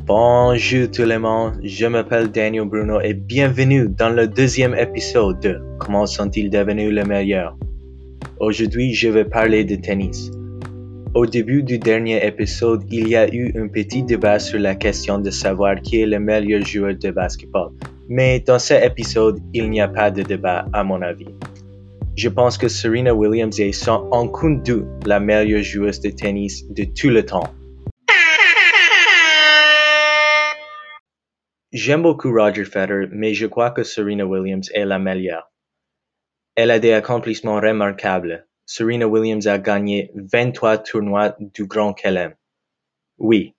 Bonjour tout le monde, je m'appelle Daniel Bruno et bienvenue dans le deuxième épisode de Comment sont-ils devenus les meilleurs? Aujourd'hui, je vais parler de tennis. Au début du dernier épisode, il y a eu un petit débat sur la question de savoir qui est le meilleur joueur de basketball. Mais dans cet épisode, il n'y a pas de débat à mon avis. Je pense que Serena Williams est sans aucun doute la meilleure joueuse de tennis de tout le temps. J'aime beaucoup Roger Federer, mais je crois que Serena Williams est la meilleure. Elle a des accomplissements remarquables. Serena Williams a gagné 23 tournois du Grand Chelem. Oui,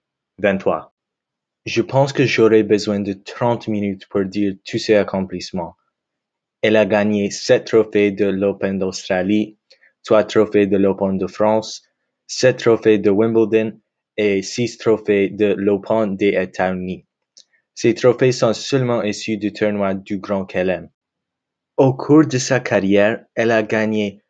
23. Je pense que j'aurais besoin de 30 minutes pour dire tous ses accomplissements. Elle a gagné 7 trophées de l'Open d'Australie, 3 trophées de l'Open de France, 7 trophées de Wimbledon et 6 trophées de l'Open des États-Unis. Ces trophées sont seulement issus du tournoi du Grand Chelem. Au cours de sa carrière, elle a gagné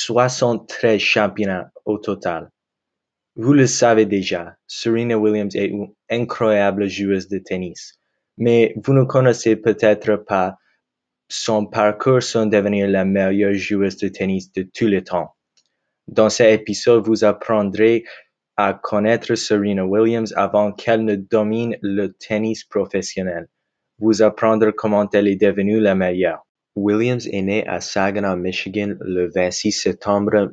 73 championnats au total. Vous le savez déjà, Serena Williams est une incroyable joueuse de tennis, mais vous ne connaissez peut-être pas son parcours sans devenir la meilleure joueuse de tennis de tous les temps. Dans cet épisode, vous apprendrez à connaître Serena Williams avant qu'elle ne domine le tennis professionnel. Vous apprendre comment elle est devenue la meilleure. Williams est née à Saginaw, Michigan, le 26 septembre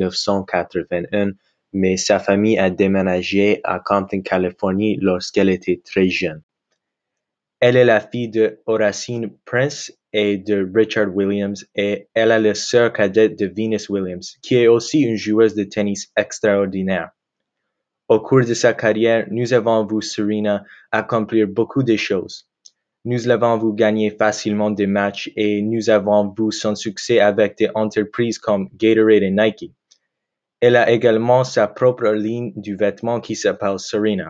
1981, mais sa famille a déménagé à Compton, Californie lorsqu'elle était très jeune. Elle est la fille de Horacine Prince et de Richard Williams et elle est la sœur cadette de Venus Williams, qui est aussi une joueuse de tennis extraordinaire. Au cours de sa carrière, nous avons vu Serena accomplir beaucoup de choses. Nous l'avons vu gagner facilement des matchs et nous avons vu son succès avec des entreprises comme Gatorade et Nike. Elle a également sa propre ligne de vêtements qui s'appelle Serena.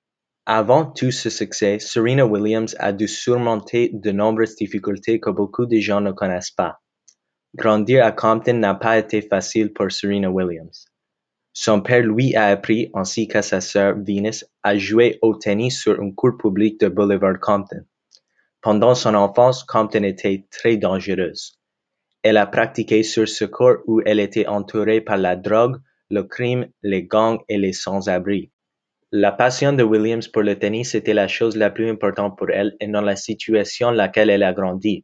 Avant tout ce succès, Serena Williams a dû surmonter de nombreuses difficultés que beaucoup de gens ne connaissent pas. Grandir à Compton n'a pas été facile pour Serena Williams. Son père lui a appris, ainsi qu'à sa sœur Venus, à jouer au tennis sur un court public de Boulevard Compton. Pendant son enfance, Compton était très dangereuse. Elle a pratiqué sur ce court où elle était entourée par la drogue, le crime, les gangs et les sans-abri. La passion de Williams pour le tennis était la chose la plus importante pour elle et dans la situation dans laquelle elle a grandi.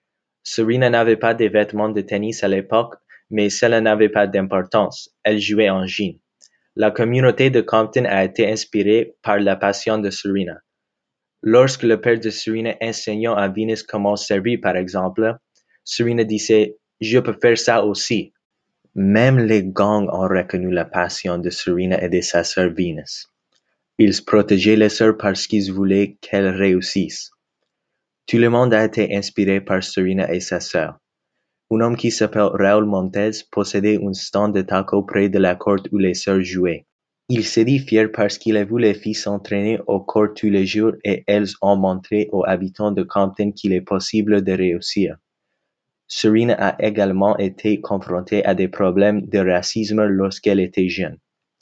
Serena n'avait pas de vêtements de tennis à l'époque, mais cela n'avait pas d'importance. Elle jouait en jean. La communauté de Compton a été inspirée par la passion de Serena. Lorsque le père de Serena enseignant à Venus comment servir par exemple, Serena disait « Je peux faire ça aussi ». Même les gangs ont reconnu la passion de Serena et de sa sœur Venus. Ils protégeaient les sœurs parce qu'ils voulaient qu'elles réussissent. Tout le monde a été inspiré par Serena et sa sœur. Un homme qui s'appelle Raúl Montes possédait un stand de tacos près de la cour où les sœurs jouaient. Il s'est dit fier parce qu'il a vu les filles s'entraîner au court tous les jours et elles ont montré aux habitants de Compton qu'il est possible de réussir. Serena a également été confrontée à des problèmes de racisme lorsqu'elle était jeune.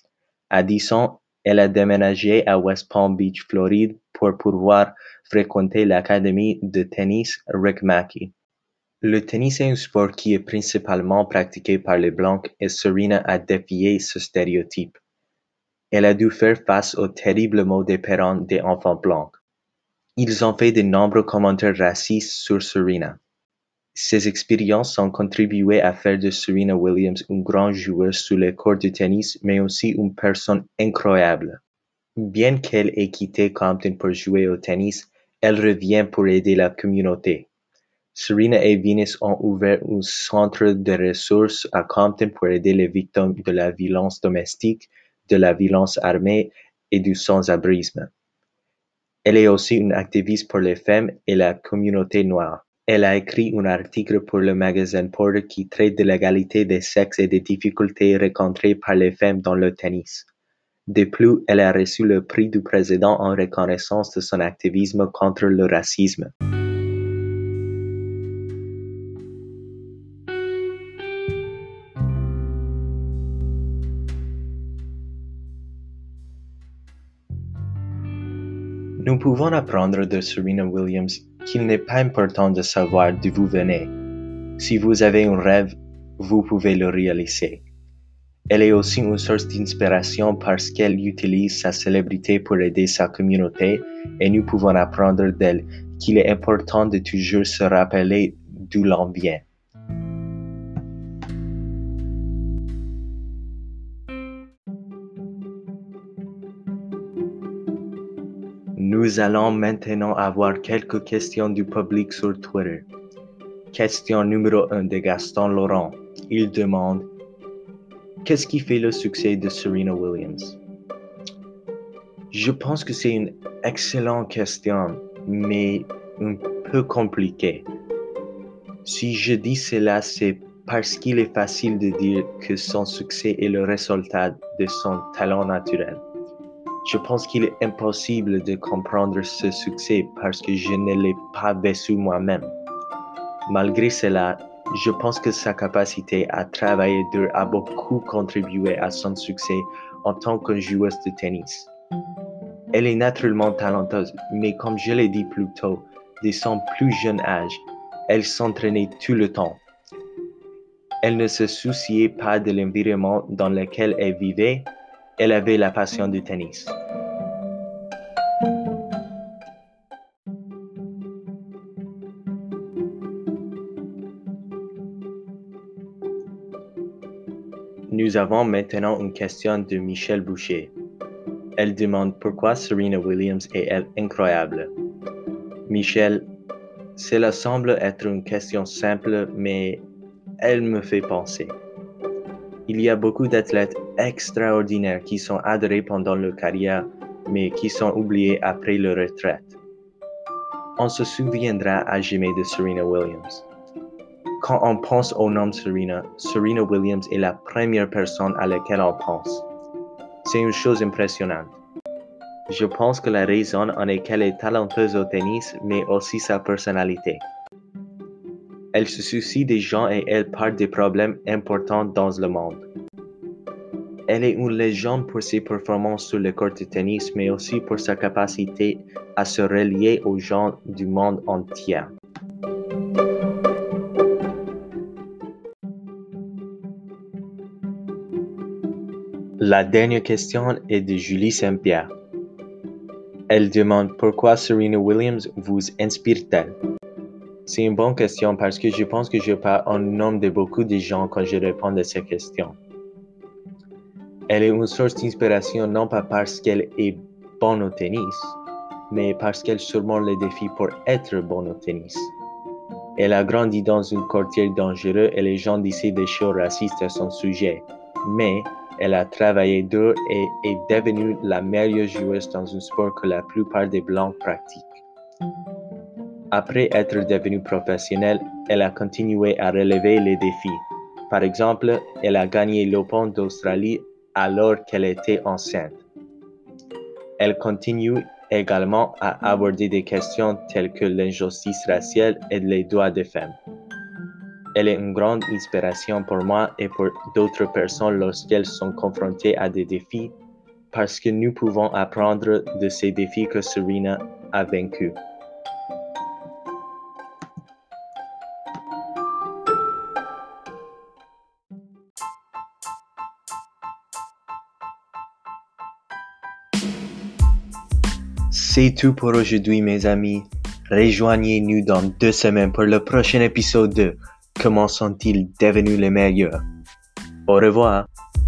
À 10 ans, elle a déménagé à West Palm Beach, Floride, pour pouvoir fréquenter l'académie de tennis Rick Mackey. Le tennis est un sport qui est principalement pratiqué par les Blancs et Serena a défié ce stéréotype. Elle a dû faire face aux terribles mots des parents des enfants blancs. Ils ont fait de nombreux commentaires racistes sur Serena. Ces expériences ont contribué à faire de Serena Williams une grande joueuse sur les courts de tennis, mais aussi une personne incroyable. Bien qu'elle ait quitté Compton pour jouer au tennis, elle revient pour aider la communauté. Serena et Venus ont ouvert un centre de ressources à Compton pour aider les victimes de la violence domestique, de la violence armée et du sans-abrisme. Elle est aussi une activiste pour les femmes et la communauté noire. Elle a écrit un article pour le magazine Porter qui traite de l'égalité des sexes et des difficultés rencontrées par les femmes dans le tennis. De plus, elle a reçu le prix du président en reconnaissance de son activisme contre le racisme. Nous pouvons apprendre de Serena Williams qu'il n'est pas important de savoir d'où vous venez. Si vous avez un rêve, vous pouvez le réaliser. Elle est aussi une source d'inspiration parce qu'elle utilise sa célébrité pour aider sa communauté et nous pouvons apprendre d'elle qu'il est important de toujours se rappeler d'où l'on vient. Nous allons maintenant avoir quelques questions du public sur Twitter. Question numéro 1 de Gaston Laurent. Il demande: qu'est-ce qui fait le succès de Serena Williams? Je pense que c'est une excellente question, mais un peu compliquée. Si je dis cela, c'est parce qu'il est facile de dire que son succès est le résultat de son talent naturel. Je pense qu'il est impossible de comprendre ce succès parce que je ne l'ai pas vécu moi-même. Malgré cela, je pense que sa capacité à travailler dur a beaucoup contribué à son succès en tant que joueuse de tennis. Elle est naturellement talentueuse, mais comme je l'ai dit plus tôt, dès son plus jeune âge, elle s'entraînait tout le temps. Elle ne se souciait pas de l'environnement dans lequel elle vivait, elle avait la passion du tennis. Nous avons maintenant une question de Michel Boucher. Elle demande pourquoi Serena Williams est-elle incroyable? Michel, cela semble être une question simple, mais elle me fait penser. Il y a beaucoup d'athlètes extraordinaires qui sont adorés pendant leur carrière, mais qui sont oubliés après leur retraite. On se souviendra à jamais de Serena Williams. Quand on pense au nom Serena, Serena Williams est la première personne à laquelle on pense. C'est une chose impressionnante. Je pense que la raison en est qu'elle est talentueuse au tennis, mais aussi sa personnalité. Elle se soucie des gens et elle parle des problèmes importants dans le monde. Elle est une légende pour ses performances sur le court de tennis, mais aussi pour sa capacité à se relier aux gens du monde entier. La dernière question est de Julie Saint-Pierre. Elle demande pourquoi Serena Williams vous inspire-t-elle? C'est une bonne question parce que je pense que je parle en nom de beaucoup de gens quand je réponds à cette question. Elle est une source d'inspiration non pas parce qu'elle est bonne au tennis, mais parce qu'elle surmonte les défis pour être bonne au tennis. Elle a grandi dans un quartier dangereux et les gens disaient des choses racistes à son sujet, mais elle a travaillé dur et est devenue la meilleure joueuse dans un sport que la plupart des Blancs pratiquent. Après être devenue professionnelle, elle a continué à relever les défis. Par exemple, elle a gagné l'Open d'Australie alors qu'elle était enceinte. Elle continue également à aborder des questions telles que l'injustice raciale et les droits des femmes. Elle est une grande inspiration pour moi et pour d'autres personnes lorsqu'elles sont confrontées à des défis, parce que nous pouvons apprendre de ces défis que Serena a vaincus. C'est tout pour aujourd'hui, mes amis. Rejoignez-nous dans 2 semaines pour le prochain épisode de Comment sont-ils devenus les meilleurs? Au revoir.